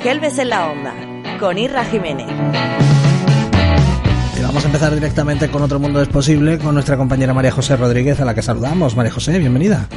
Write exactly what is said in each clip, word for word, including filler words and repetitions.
Gelbes en la Onda, con Irra Jiménez. Y vamos a empezar directamente con Otro Mundo es Posible, con nuestra compañera María José Rodríguez, a la que saludamos. María José, bienvenida.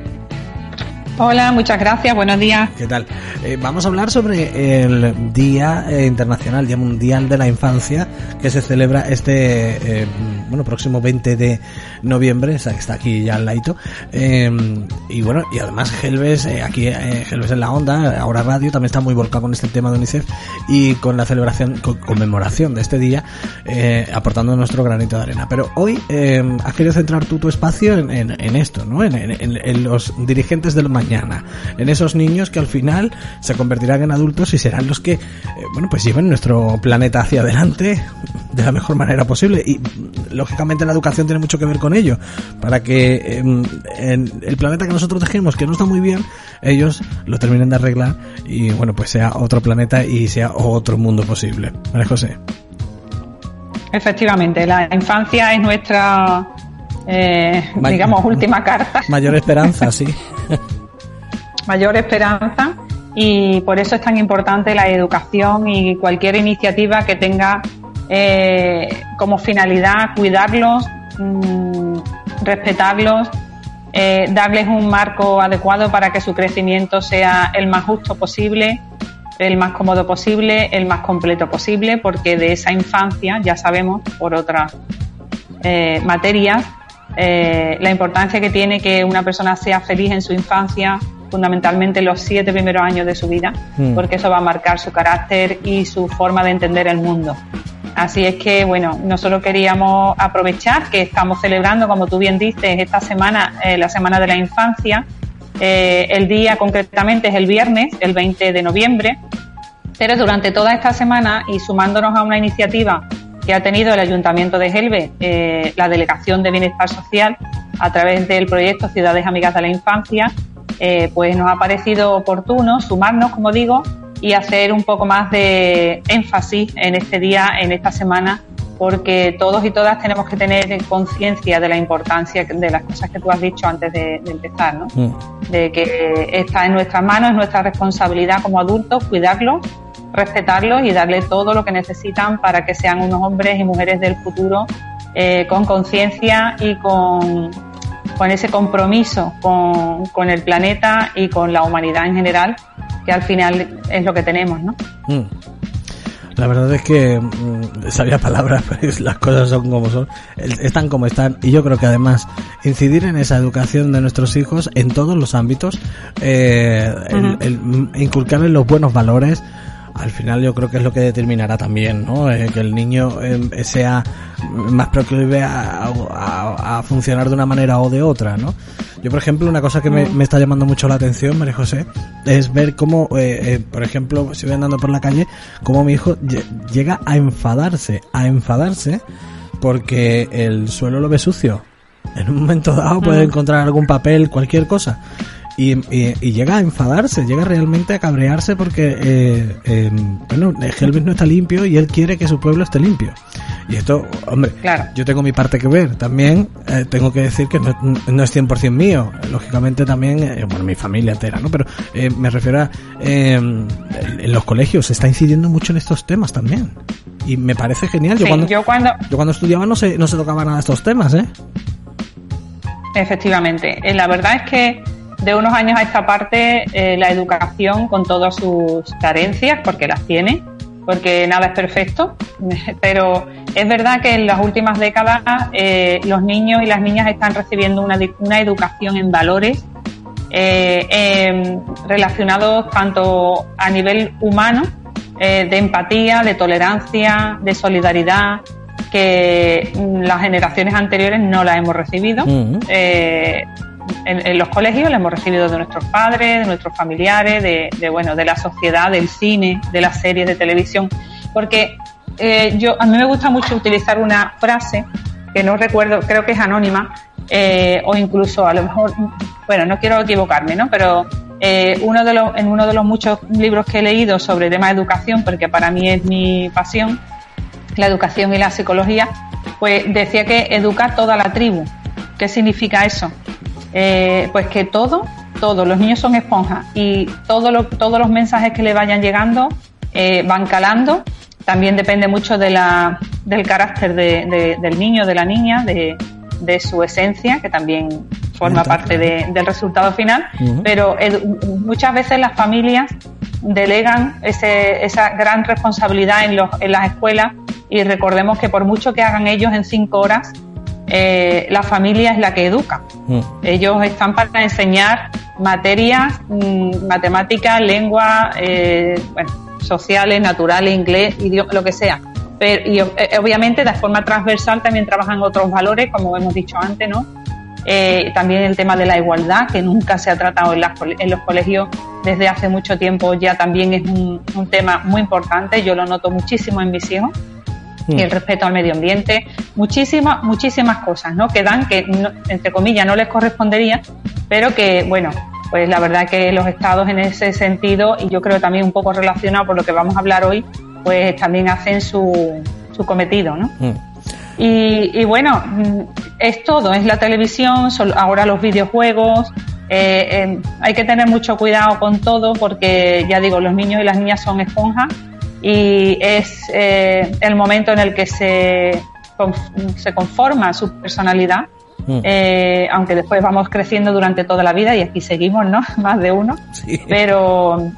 Hola, muchas gracias, buenos días. ¿Qué tal? Eh, vamos a hablar sobre el Día eh, Internacional, Día Mundial de la Infancia, que se celebra este, eh, bueno, próximo veinte de noviembre, o sea, que está aquí ya al ladito. Eh, y bueno, y además Gelbes, eh, aquí eh, Gelbes en la Onda, ahora radio, también está muy volcado con este tema de UNICEF y con la celebración, con, conmemoración de este día, eh, aportando nuestro granito de arena. Pero hoy eh, has querido centrar tú tu espacio en, en, en esto, ¿no? En, en, en los dirigentes del mañana. En esos niños que al final se convertirán en adultos y serán los que, eh, bueno, pues lleven nuestro planeta hacia adelante de la mejor manera posible. Y lógicamente la educación tiene mucho que ver con ello, para que eh, en el planeta que nosotros dejemos, que no está muy bien, ellos lo terminen de arreglar y bueno, pues sea otro planeta y sea otro mundo posible. María José. Efectivamente, la infancia es nuestra, eh, Ma- digamos, última carta. Mayor esperanza, sí. Mayor esperanza, y por eso es tan importante la educación y cualquier iniciativa que tenga eh, como finalidad cuidarlos, mmm, respetarlos, eh, darles un marco adecuado para que su crecimiento sea el más justo posible, el más cómodo posible, el más completo posible, porque de esa infancia ya sabemos por otras eh, materias eh, la importancia que tiene que una persona sea feliz en su infancia, fundamentalmente los siete primeros años de su vida, mm. porque eso va a marcar su carácter y su forma de entender el mundo. Así es que, bueno, nosotros queríamos aprovechar que estamos celebrando, como tú bien dices, esta semana, eh, la Semana de la Infancia. Eh, el día concretamente es el viernes, el veinte de noviembre, pero durante toda esta semana, y sumándonos a una iniciativa que ha tenido el Ayuntamiento de Gelbes, eh, la Delegación de Bienestar Social, a través del proyecto Ciudades Amigas de la Infancia, Eh, pues nos ha parecido oportuno sumarnos, como digo, y hacer un poco más de énfasis en este día, en esta semana, porque todos y todas tenemos que tener conciencia de la importancia de las cosas que tú has dicho antes de, de empezar, ¿no? Mm. De que está en nuestras manos, es nuestra responsabilidad como adultos cuidarlos, respetarlos y darle todo lo que necesitan para que sean unos hombres y mujeres del futuro eh, con conciencia y con... con ese compromiso con, con el planeta y con la humanidad en general, que al final es lo que tenemos, ¿no? Mm. La verdad es que mm, sabía palabras, pero las cosas son como son, están como están, y yo creo que además incidir en esa educación de nuestros hijos en todos los ámbitos, eh, uh-huh. el, el inculcarles los buenos valores, al final yo creo que es lo que determinará también, ¿no? Eh, que el niño eh, sea más proclive a, a, a funcionar de una manera o de otra, ¿no? Yo, por ejemplo, una cosa que me, me está llamando mucho la atención, María José, es ver cómo, eh, eh, por ejemplo, si voy andando por la calle, cómo mi hijo ll- llega a enfadarse, a enfadarse porque el suelo lo ve sucio. En un momento dado puede encontrar algún papel, cualquier cosa. Y, y, y llega a enfadarse, llega realmente a cabrearse porque, eh, eh, bueno, Gelbes no está limpio y él quiere que su pueblo esté limpio. Y esto, hombre, claro. Yo tengo mi parte que ver. También eh, tengo que decir que no, no es cien por ciento mío. Lógicamente también, eh, bueno, mi familia entera, ¿no? Pero eh, me refiero a, eh, en los colegios se está incidiendo mucho en estos temas también. Y me parece genial. Yo, sí, cuando, yo cuando yo cuando estudiaba no se, no se tocaba nada de estos temas, ¿eh? Efectivamente. Eh, la verdad es que de unos años a esta parte, eh, la educación, con todas sus carencias, porque las tiene, porque nada es perfecto, pero es verdad que en las últimas décadas eh, los niños y las niñas están recibiendo una, una educación en valores eh, eh, relacionados tanto a nivel humano, eh, de empatía, de tolerancia, de solidaridad, que las generaciones anteriores no la hemos recibido. Uh-huh. Eh, En, en los colegios la hemos recibido de nuestros padres, de nuestros familiares, de, de bueno, de la sociedad, del cine, de las series de televisión, porque eh, yo a mí me gusta mucho utilizar una frase que no recuerdo, creo que es anónima, eh, o incluso a lo mejor, bueno, no quiero equivocarme, ¿no? Pero eh, uno de los, en uno de los muchos libros que he leído sobre el tema de educación, porque para mí es mi pasión, la educación y la psicología, pues decía que educar toda la tribu. ¿Qué significa eso? Eh, pues que todo todos los niños son esponjas y todo lo, todos los mensajes que le vayan llegando eh, van calando. También depende mucho de la, del carácter de, de, del niño, de la niña, de, de su esencia, que también forma parte de, del resultado final. Uh-huh. Pero edu- muchas veces las familias delegan ese, esa gran responsabilidad en, los, en las escuelas, y recordemos que por mucho que hagan ellos en cinco horas, eh, la familia es la que educa. Uh-huh. Ellos están para enseñar materias, mmm, matemáticas, lengua, eh, bueno, sociales, naturales, inglés, idioma, lo que sea. Pero, y eh, obviamente de forma transversal también trabajan otros valores, como hemos dicho antes, ¿no? Eh, también el tema de la igualdad, que nunca se ha tratado en, las, en los colegios desde hace mucho tiempo, ya también es un, un tema muy importante. Yo lo noto muchísimo en mis hijos. Mm. Y el respeto al medio ambiente, muchísimas, muchísimas cosas, ¿no? Que dan, que no, entre comillas no les correspondería, pero que, bueno, pues la verdad que los estados en ese sentido, y yo creo también un poco relacionado por lo que vamos a hablar hoy, pues también hacen su, su cometido, ¿no? Mm. Y, y bueno, es todo, es la televisión, son ahora los videojuegos, eh, eh, hay que tener mucho cuidado con todo porque, ya digo, los niños y las niñas son esponjas y es eh, el momento en el que se, se conforma su personalidad. Mm. Eh, aunque después vamos creciendo durante toda la vida y aquí seguimos, ¿no? Más de uno, sí. Pero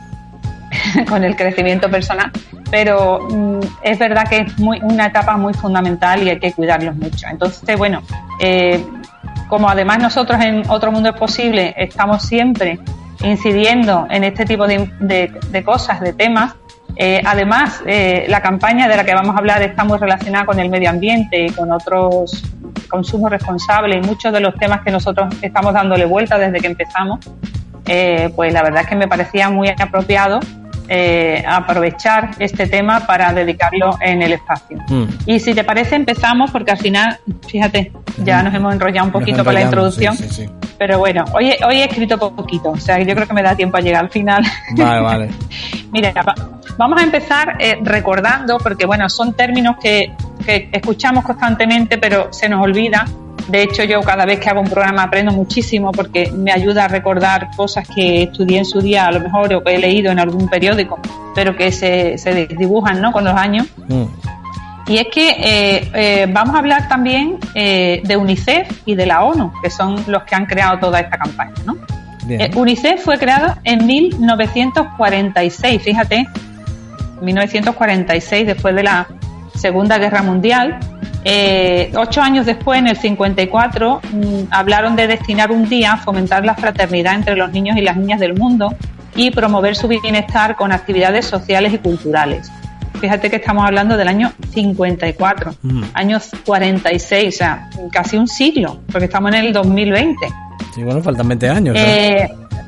con el crecimiento personal, pero mm, es verdad que es muy, una etapa muy fundamental y hay que cuidarlos mucho. Entonces, bueno, eh, como además nosotros en Otro Mundo es Posible estamos siempre incidiendo en este tipo de, de, de cosas, de temas, eh, además eh, la campaña de la que vamos a hablar está muy relacionada con el medio ambiente y con otros consumo responsable y muchos de los temas que nosotros estamos dándole vuelta desde que empezamos, eh, pues la verdad es que me parecía muy apropiado eh, aprovechar este tema para dedicarlo en el espacio. Mm. Y si te parece empezamos porque al final, fíjate, ya mm. nos hemos enrollado un poquito con la introducción, sí, sí, sí. Pero bueno, hoy, hoy he escrito poquito, o sea yo creo que me da tiempo a llegar al final. Vale, vale. Mira, vamos a empezar eh, recordando, porque bueno, son términos que, que escuchamos constantemente, pero se nos olvida. De hecho, yo cada vez que hago un programa aprendo muchísimo porque me ayuda a recordar cosas que estudié en su día, a lo mejor, o que he leído en algún periódico, pero que se, se dibujan, ¿no?, con los años. Mm. Y es que eh, eh, vamos a hablar también eh, de UNICEF y de la ONU, que son los que han creado toda esta campaña, ¿no? Eh, UNICEF fue creado en mil novecientos cuarenta y seis, fíjate, mil novecientos cuarenta y seis, después de la Segunda Guerra Mundial. Eh, ocho años después, en el cincuenta y cuatro, mmm, hablaron de destinar un día a fomentar la fraternidad entre los niños y las niñas del mundo y promover su bienestar con actividades sociales y culturales. Fíjate que estamos hablando del año cincuenta y cuatro, mm. años cuarenta y seis, o sea, casi un siglo, porque estamos en el dos mil veinte. Sí, bueno, faltan veinte años. Eh,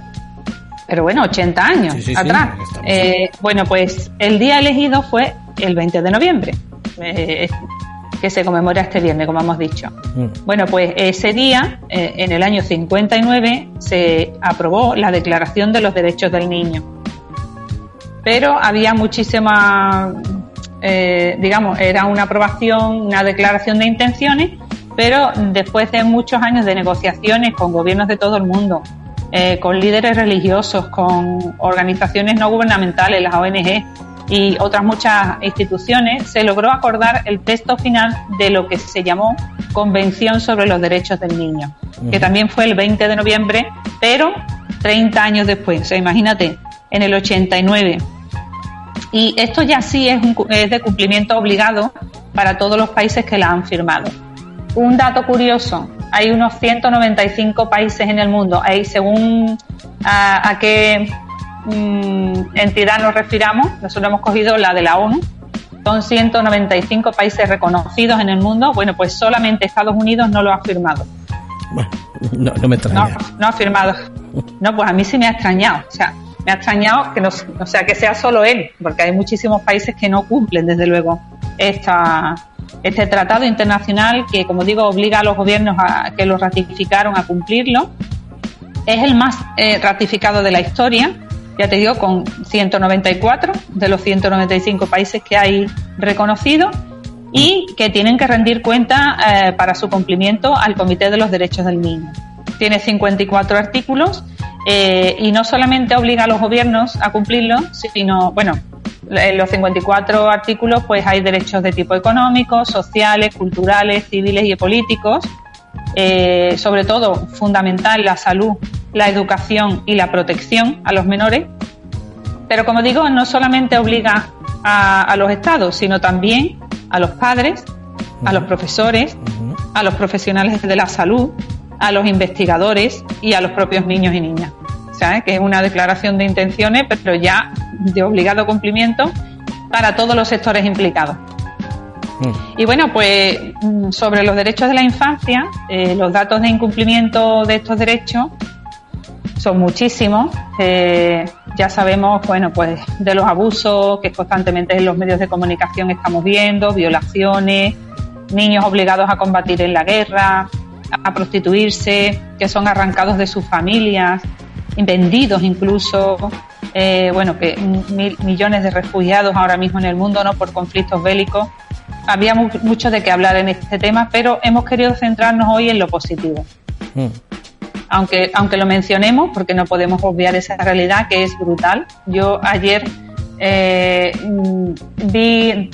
pero bueno, ochenta años sí, sí, atrás. Sí, eh, bueno, pues el día elegido fue el veinte de noviembre, eh, que se conmemora este viernes, como hemos dicho. Mm. Bueno, pues ese día, eh, en el año cincuenta y nueve, se aprobó la Declaración de los Derechos del Niño. Pero había muchísima, eh, digamos, era una aprobación, una declaración de intenciones, pero después de muchos años de negociaciones con gobiernos de todo el mundo, eh, con líderes religiosos, con organizaciones no gubernamentales, las O N G y otras muchas instituciones, se logró acordar el texto final de lo que se llamó Convención sobre los Derechos del Niño, uh-huh. que también fue el veinte de noviembre, pero treinta años después, o sea, imagínate, en el ochenta y nueve. Y esto ya sí es, un, es de cumplimiento obligado para todos los países que la han firmado. Un dato curioso, hay unos ciento noventa y cinco países en el mundo, ahí según a, a qué mm, entidad nos refiramos, nosotros hemos cogido la de la ONU, son ciento noventa y cinco países reconocidos en el mundo, bueno, pues solamente Estados Unidos no lo ha firmado. Bueno, no, no me extraña. No, no ha firmado. No, pues a mí sí me ha extrañado, o sea, me ha extrañado que no, o sea, que sea solo él, porque hay muchísimos países que no cumplen, desde luego, esta, este tratado internacional que, como digo, obliga a los gobiernos a, que lo ratificaron a cumplirlo. Es el más eh, ratificado de la historia, ya te digo, con ciento noventa y cuatro de los ciento noventa y cinco países que hay reconocidos y que tienen que rendir cuenta eh, para su cumplimiento al Comité de los Derechos del Niño. Tiene cincuenta y cuatro artículos eh, y no solamente obliga a los gobiernos a cumplirlo, sino, bueno, en los cincuenta y cuatro artículos pues hay derechos de tipo económico, sociales, culturales, civiles y políticos, eh, sobre todo fundamental la salud, la educación y la protección a los menores, pero como digo, no solamente obliga a, a los estados, sino también a los padres, a los profesores, a los profesionales de la salud, a los investigadores y a los propios niños y niñas. O sea, ¿eh? que es una declaración de intenciones, pero ya de obligado cumplimiento para todos los sectores implicados. Mm. Y bueno, pues sobre los derechos de la infancia, eh, los datos de incumplimiento de estos derechos son muchísimos. Eh, ya sabemos, bueno, pues de los abusos que constantemente en los medios de comunicación estamos viendo, violaciones, niños obligados a combatir en la guerra, a prostituirse, que son arrancados de sus familias, vendidos incluso, eh, bueno, que mil, millones de refugiados ahora mismo en el mundo, ¿no?, por conflictos bélicos. Había mu- mucho de qué hablar en este tema, pero hemos querido centrarnos hoy en lo positivo. Mm. Aunque, aunque lo mencionemos, porque no podemos obviar esa realidad que es brutal. Yo ayer eh, vi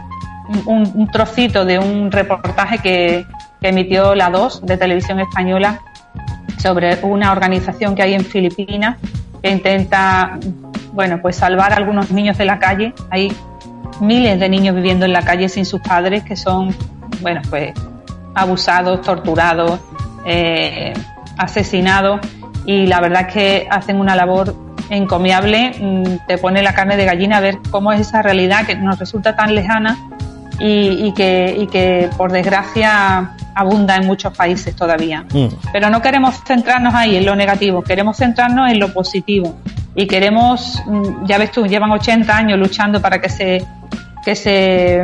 un, un trocito de un reportaje que, que emitió la dos de Televisión Española sobre una organización que hay en Filipinas que intenta, bueno, pues salvar a algunos niños de la calle. Hay miles de niños viviendo en la calle sin sus padres que son, bueno, pues abusados, torturados, eh, asesinados, y la verdad es que hacen una labor encomiable. Te pone la carne de gallina ver cómo es esa realidad que nos resulta tan lejana y, y, que, y que por desgracia abunda en muchos países todavía. Mm. Pero no queremos centrarnos ahí en lo negativo, queremos centrarnos en lo positivo y queremos, ya ves tú, llevan ochenta años luchando para que se que se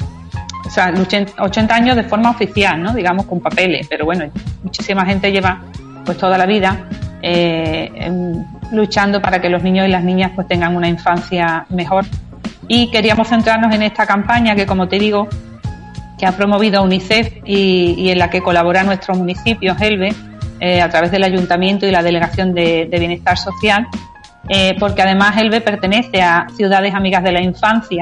o sea, ochenta años de forma oficial, ¿no?, digamos, con papeles, pero bueno, muchísima gente lleva pues toda la vida eh, en, luchando para que los niños y las niñas pues tengan una infancia mejor. Y queríamos centrarnos en esta campaña que, como te digo, que ha promovido UNICEF y, y en la que colabora nuestro municipio, Gelbe, eh, a través del Ayuntamiento y la Delegación de, de Bienestar Social, eh, porque además Gelbe pertenece a Ciudades Amigas de la Infancia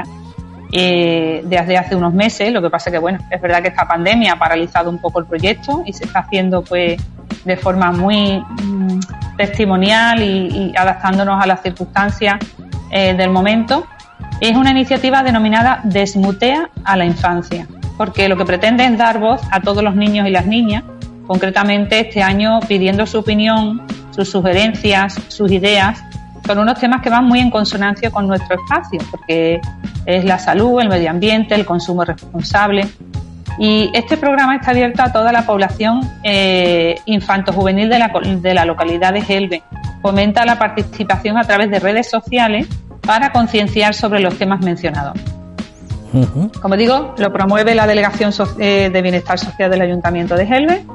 eh, desde hace unos meses. Lo que pasa que, bueno, es verdad que esta pandemia ha paralizado un poco el proyecto y se está haciendo pues de forma muy mmm, testimonial y, y adaptándonos a las circunstancias eh, del momento. Es una iniciativa denominada Desmutea a la Infancia, porque lo que pretende es dar voz a todos los niños y las niñas, concretamente este año pidiendo su opinión, sus sugerencias, sus ideas, con unos temas que van muy en consonancia con nuestro espacio, porque es la salud, el medio ambiente, el consumo responsable. Y este programa está abierto a toda la población eh, infanto-juvenil de la, de la localidad de Gelbe. Fomenta la participación a través de redes sociales para concienciar sobre los temas mencionados. Uh-huh. Como digo, lo promueve la Delegación de Bienestar Social del Ayuntamiento de Gelbe,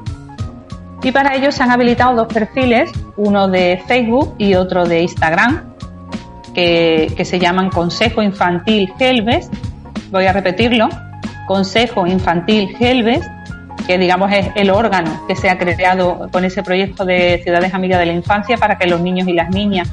y para ello se han habilitado dos perfiles, uno de Facebook y otro de Instagram, que, que se llaman Consejo Infantil Gelbes. Voy a repetirlo: Consejo Infantil Gelbes, que digamos es el órgano que se ha creado con ese proyecto de Ciudades Amigas de la Infancia para que los niños y las niñas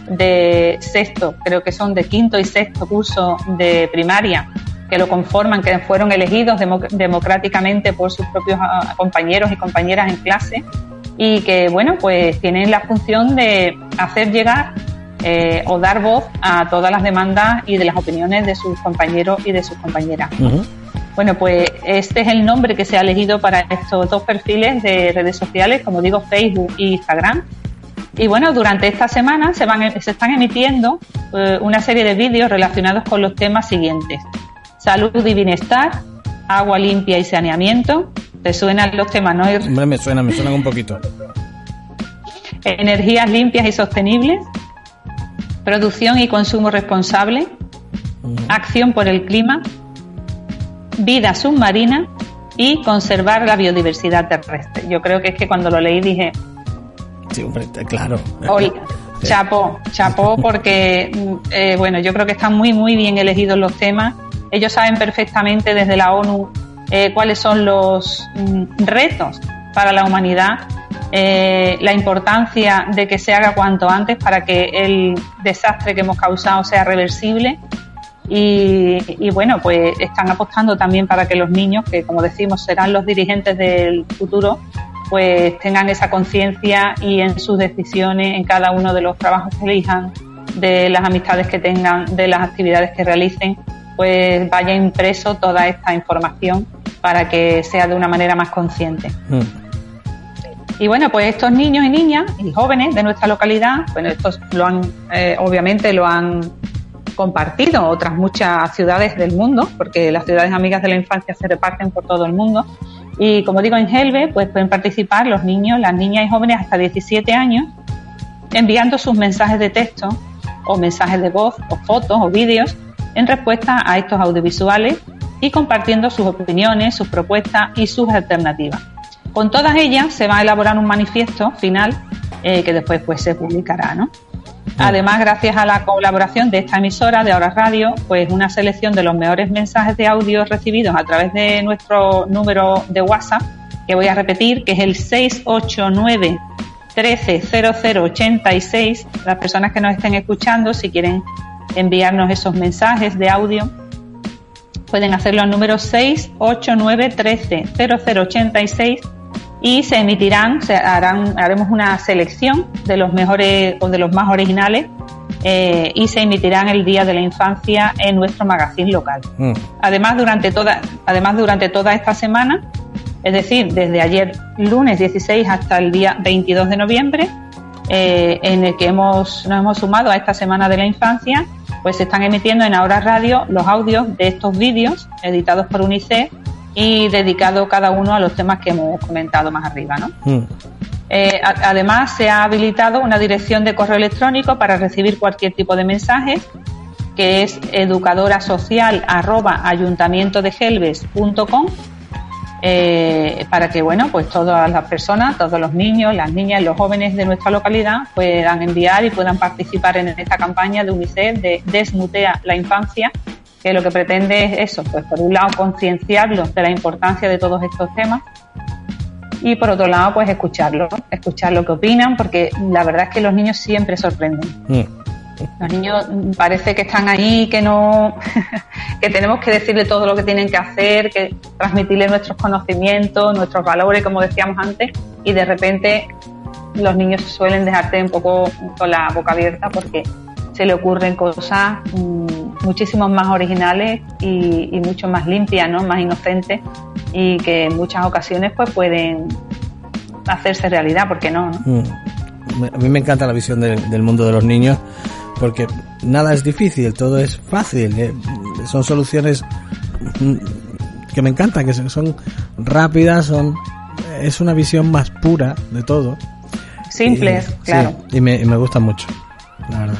de sexto, creo que son de quinto y sexto curso de primaria, que lo conforman, que fueron elegidos democ- democráticamente por sus propios uh, compañeros y compañeras en clase, y que, bueno, pues tienen la función de hacer llegar eh, o dar voz a todas las demandas y de las opiniones de sus compañeros y de sus compañeras. Uh-huh. Bueno, pues este es el nombre que se ha elegido para estos dos perfiles de redes sociales, como digo, Facebook e Instagram. Y bueno, durante esta semana se, van, se están emitiendo eh, una serie de vídeos relacionados con los temas siguientes: salud y bienestar, agua limpia y saneamiento. ¿Te suenan los temas, no? Hombre, me suena, me suenan un poquito. Energías limpias y sostenibles, producción y consumo responsable, uh-huh. acción por el clima, vida submarina y conservar la biodiversidad terrestre. Yo creo que es que cuando lo leí dije... Sí, hombre, claro. Hoy, chapó, chapó, porque, eh, bueno, yo creo que están muy, muy bien elegidos los temas. Ellos saben perfectamente desde la ONU eh, cuáles son los mm, retos para la humanidad eh, la importancia de que se haga cuanto antes para que el desastre que hemos causado sea reversible. Y, y bueno, pues están apostando también para que los niños, que como decimos serán los dirigentes del futuro, pues tengan esa conciencia y en sus decisiones, en cada uno de los trabajos que elijan, de las amistades que tengan, de las actividades que realicen, pues vaya impreso toda esta información para que sea de una manera más consciente. Mm. Y bueno, pues estos niños y niñas y jóvenes de nuestra localidad, bueno, estos lo han, eh, obviamente lo han compartido otras muchas ciudades del mundo, porque las ciudades amigas de la infancia se reparten por todo el mundo. Y como digo, en Gelbe, pues pueden participar los niños, las niñas y jóvenes hasta diecisiete años, enviando sus mensajes de texto o mensajes de voz o fotos o vídeos en respuesta a estos audiovisuales y compartiendo sus opiniones, sus propuestas y sus alternativas. Con todas ellas se va a elaborar un manifiesto final eh, que después pues se publicará, ¿no? Además, gracias a la colaboración de esta emisora de Ahora Radio, pues una selección de los mejores mensajes de audio recibidos a través de nuestro número de WhatsApp, que voy a repetir, que es el seis ocho nueve, trece, cero cero ochenta y seis. Las personas que nos estén escuchando, si quieren enviarnos esos mensajes de audio, pueden hacerlo al número seis ocho nueve, trece, cero cero ochenta y seis. Y se emitirán, se harán, haremos una selección de los mejores o de los más originales eh, y se emitirán el Día de la Infancia en nuestro magazine local. Mm. Además, durante toda, además, durante toda esta semana, es decir, desde ayer lunes dieciséis hasta el día veintidós de noviembre, eh, en el que hemos, nos hemos sumado a esta Semana de la Infancia, pues se están emitiendo en Ahora Radio los audios de estos vídeos editados por UNICEF y dedicado cada uno a los temas que hemos comentado más arriba, ¿no? Mm. Eh, a, además, se ha habilitado una dirección de correo electrónico para recibir cualquier tipo de mensaje, que es educadorasocial arroba ayuntamiento de gelbes punto com, eh, para que, bueno, pues todas las personas, todos los niños, las niñas y los jóvenes de nuestra localidad puedan enviar y puedan participar en esta campaña de UNICEF de Desmutea la Infancia, que lo que pretende es eso, pues por un lado concienciarlos de la importancia de todos estos temas y por otro lado pues escucharlos, escuchar lo que opinan, porque la verdad es que los niños siempre sorprenden. Mm. Los niños parece que están ahí, que no, que tenemos que decirle todo lo que tienen que hacer, que transmitirles nuestros conocimientos, nuestros valores, como decíamos antes, y de repente los niños suelen dejarte un poco con la boca abierta porque se le ocurren cosas mmm, muchísimo más originales y, y mucho más limpias, ¿no? Más inocentes, y que en muchas ocasiones pues pueden hacerse realidad, ¿por qué no? ¿no? Mm. A mí me encanta la visión de, del mundo de los niños, porque nada es difícil, todo es fácil, ¿eh? Son soluciones que me encantan, que son rápidas, son es una visión más pura de todo. Simples, y, claro. Sí, y me, y me gusta mucho, la verdad.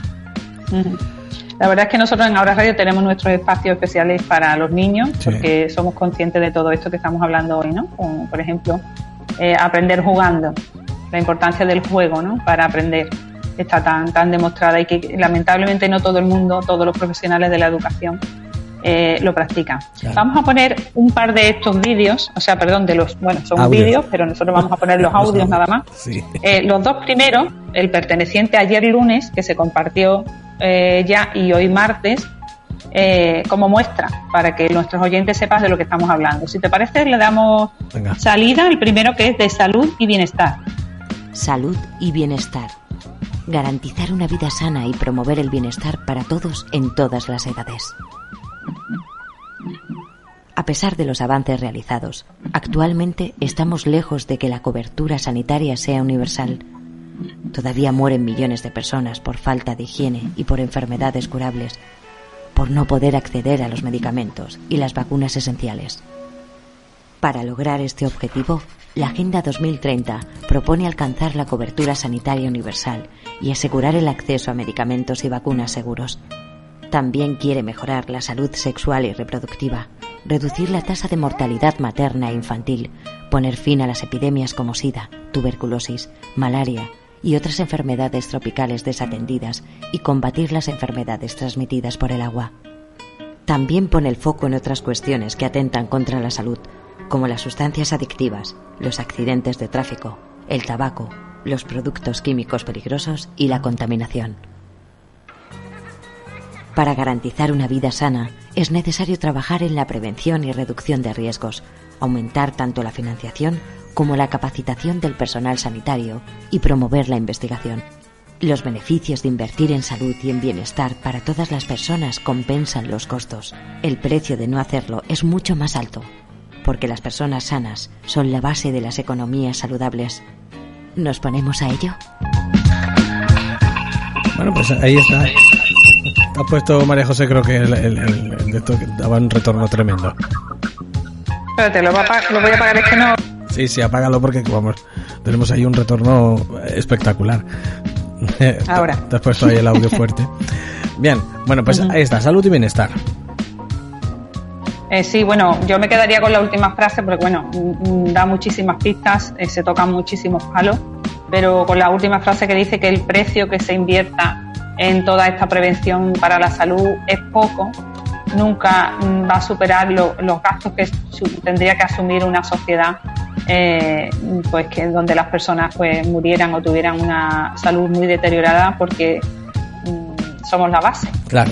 La verdad es que nosotros en Ahora Radio tenemos nuestros espacios especiales para los niños, sí, porque somos conscientes de todo esto que estamos hablando hoy, ¿no? Como, por ejemplo, eh, aprender jugando, la importancia del juego, ¿no? Para aprender está tan tan demostrada y que lamentablemente no todo el mundo, todos los profesionales de la educación eh, lo practican. Claro. Vamos a poner un par de estos vídeos, o sea, perdón, de los, bueno, son audios, vídeos, pero nosotros vamos a poner los audios nada más. Sí. Eh, los dos primeros, el perteneciente a ayer lunes, que se compartió eh, ya, y hoy martes, eh, como muestra, para que nuestros oyentes sepan de lo que estamos hablando. Si te parece, le damos Venga. salida, el primero, que es de salud y bienestar. Salud y bienestar. Garantizar una vida sana y promover el bienestar para todos en todas las edades. A pesar de los avances realizados, actualmente estamos lejos de que la cobertura sanitaria sea universal. Todavía mueren millones de personas por falta de higiene y por enfermedades curables, por no poder acceder a los medicamentos y las vacunas esenciales. Para lograr este objetivo, la Agenda dos mil treinta propone alcanzar la cobertura sanitaria universal y asegurar el acceso a medicamentos y vacunas seguros. También quiere mejorar la salud sexual y reproductiva, reducir la tasa de mortalidad materna e infantil, poner fin a las epidemias como SIDA, tuberculosis, malaria y otras enfermedades tropicales desatendidas y combatir las enfermedades transmitidas por el agua. También pone el foco en otras cuestiones que atentan contra la salud, como las sustancias adictivas, los accidentes de tráfico, el tabaco, los productos químicos peligrosos y la contaminación. Para garantizar una vida sana, es necesario trabajar en la prevención y reducción de riesgos, aumentar tanto la financiación como la capacitación del personal sanitario y promover la investigación. Los beneficios de invertir en salud y en bienestar para todas las personas compensan los costos. El precio de no hacerlo es mucho más alto, porque las personas sanas son la base de las economías saludables. ¿Nos ponemos a ello? Bueno, pues ahí está. Ha puesto María José, creo que el, el, el, el de esto que daba un retorno tremendo. Espérate, lo, va a, lo voy a apagar, es que no... Sí, sí, apágalo porque, vamos, tenemos ahí un retorno espectacular. Ahora. Te has puesto ahí el audio fuerte. Bien, bueno, pues uh-huh. Ahí está, salud y bienestar. Eh, sí, bueno, yo me quedaría con la última frase porque, bueno, da muchísimas pistas, eh, se tocan muchísimos palos, pero con la última frase que dice que el precio que se invierta en toda esta prevención para la salud es poco, nunca va a superar lo, los gastos que su, tendría que asumir una sociedad eh, pues que donde las personas pues murieran o tuvieran una salud muy deteriorada porque mm, somos la base. Claro.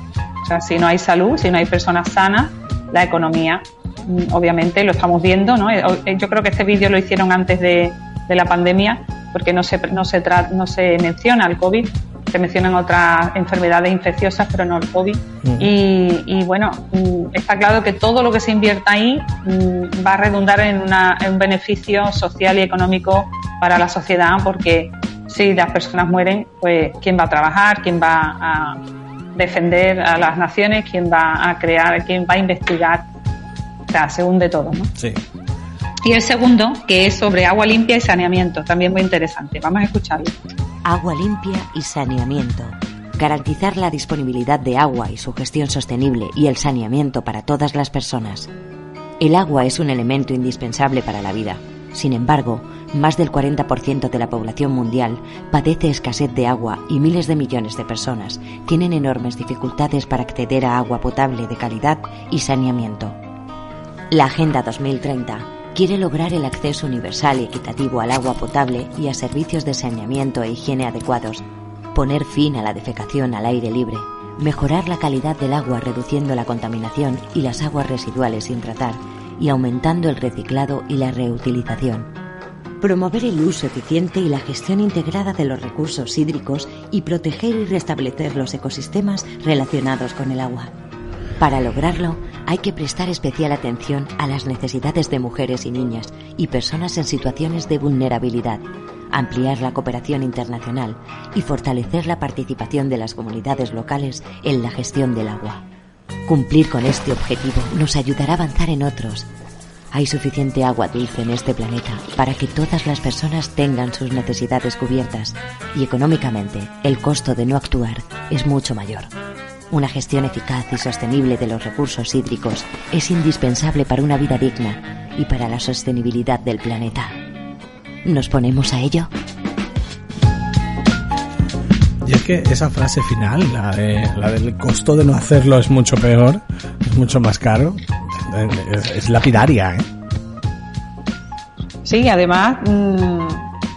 O sea, si no hay salud, si no hay personas sanas, la economía, mm, obviamente lo estamos viendo, ¿no? Yo creo que este vídeo lo hicieron antes de, de la pandemia porque no se no se tra- no se menciona el COVID. Se mencionan otras enfermedades infecciosas, pero no el COVID. Uh-huh. Y, y bueno, está claro que todo lo que se invierta ahí va a redundar en, una, en un beneficio social y económico para la sociedad, porque si las personas mueren, pues ¿quién va a trabajar? ¿Quién va a defender a las naciones? ¿Quién va a crear? ¿Quién va a investigar? O sea, se hunde todo, ¿no? Sí. Y el segundo, que es sobre agua limpia y saneamiento, también muy interesante. Vamos a escucharlo. Agua limpia y saneamiento. Garantizar la disponibilidad de agua y su gestión sostenible y el saneamiento para todas las personas. El agua es un elemento indispensable para la vida. Sin embargo, más del cuarenta por ciento de la población mundial padece escasez de agua y miles de millones de personas tienen enormes dificultades para acceder a agua potable de calidad y saneamiento. La Agenda dos mil treinta quiere lograr el acceso universal y equitativo al agua potable y a servicios de saneamiento e higiene adecuados, poner fin a la defecación al aire libre, mejorar la calidad del agua reduciendo la contaminación y las aguas residuales sin tratar y aumentando el reciclado y la reutilización. Promover el uso eficiente y la gestión integrada de los recursos hídricos y proteger y restablecer los ecosistemas relacionados con el agua. Para lograrlo, hay que prestar especial atención a las necesidades de mujeres y niñas y personas en situaciones de vulnerabilidad, ampliar la cooperación internacional y fortalecer la participación de las comunidades locales en la gestión del agua. Cumplir con este objetivo nos ayudará a avanzar en otros. Hay suficiente agua dulce en este planeta para que todas las personas tengan sus necesidades cubiertas y económicamente el costo de no actuar es mucho mayor. Una gestión eficaz y sostenible de los recursos hídricos es indispensable para una vida digna y para la sostenibilidad del planeta. ¿Nos ponemos a ello? Y es que esa frase final, la, de, la del costo de no hacerlo es mucho peor, es mucho más caro, es, es lapidaria, ¿eh? Sí, además mmm,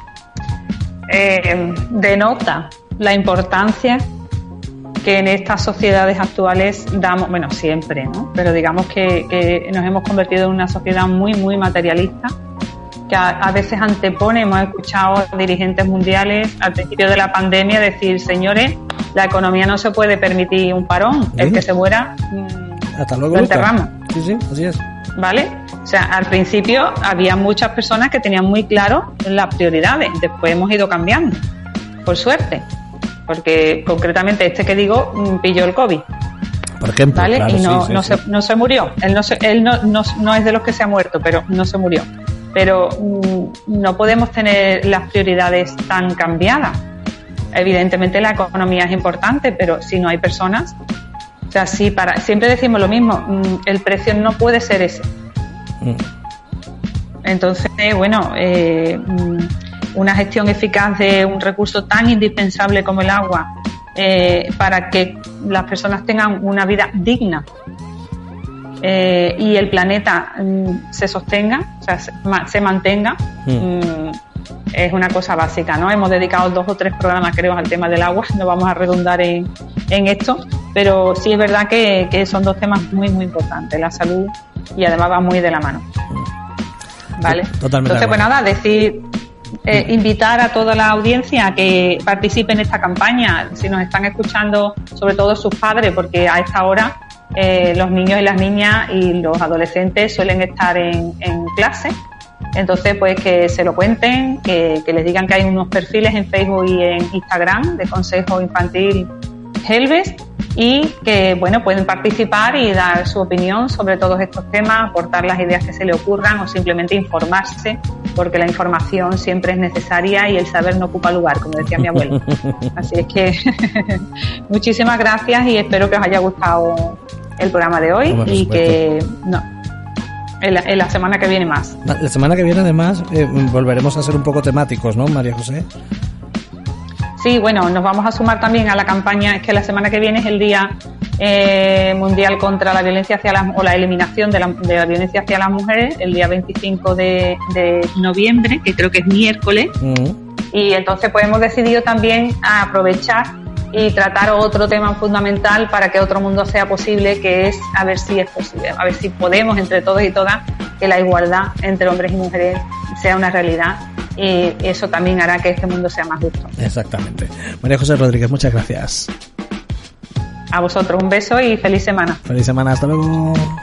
eh, denota la importancia que en estas sociedades actuales damos, bueno, siempre, ¿no? Pero digamos que, que nos hemos convertido en una sociedad muy, muy materialista, que a, a veces antepone, hemos escuchado a dirigentes mundiales al principio de la pandemia decir, señores, la economía no se puede permitir un parón, ¿sí? El que se muera, mmm, hasta luego, lo enterramos. Sí, sí, así es. ¿Vale? O sea, al principio había muchas personas que tenían muy claro las prioridades, después hemos ido cambiando, por suerte. Porque concretamente este que digo pilló el COVID, por ejemplo, ¿vale? Claro, y no, sí, sí, no, sí. Se, no se murió. Él, no, se, él no, no, no es de los que se ha muerto, pero no se murió. Pero mmm, no podemos tener las prioridades tan cambiadas. Evidentemente la economía es importante, pero si no hay personas, o sea, sí, para, siempre decimos lo mismo, mmm, el precio no puede ser ese. Mm. Entonces, bueno, eh, mmm, una gestión eficaz de un recurso tan indispensable como el agua eh, para que las personas tengan una vida digna eh, y el planeta mm, se sostenga, o sea, se, se mantenga, mm. Mm, es una cosa básica, ¿no? Hemos dedicado dos o tres programas, creo, al tema del agua, no vamos a redundar en, en esto, pero sí es verdad que, que son dos temas muy, muy importantes, la salud y además va muy de la mano. ¿Vale? Totalmente. Entonces, pues nada, decir, eh, invitar a toda la audiencia a que participe en esta campaña, si nos están escuchando, sobre todo sus padres, porque a esta hora eh, los niños y las niñas y los adolescentes suelen estar en, en clase. Entonces, pues que se lo cuenten, que, que les digan que hay unos perfiles en Facebook y en Instagram de Consejo Infantil Helves y que, bueno, pueden participar y dar su opinión sobre todos estos temas, aportar las ideas que se le ocurran o simplemente informarse, porque la información siempre es necesaria y el saber no ocupa lugar, como decía mi abuelo. Así es que muchísimas gracias y espero que os haya gustado el programa de hoy Por y supuesto. que... no. En la, en la semana que viene más. La semana que viene, además, eh, volveremos a ser un poco temáticos, ¿no, María José? Sí, bueno, nos vamos a sumar también a la campaña, es que la semana que viene es el Día eh, Mundial contra la Violencia hacia las, o la eliminación de la, de la violencia hacia las mujeres, el día veinticinco de, de noviembre, que creo que es miércoles, Uh-huh. y entonces pues hemos decidido también aprovechar y tratar otro tema fundamental para que otro mundo sea posible, que es a ver si es posible, a ver si podemos entre todos y todas que la igualdad entre hombres y mujeres sea una realidad y eso también hará que este mundo sea más justo. Exactamente. María José Rodríguez, muchas gracias. A vosotros un beso y feliz semana. Feliz semana, hasta luego.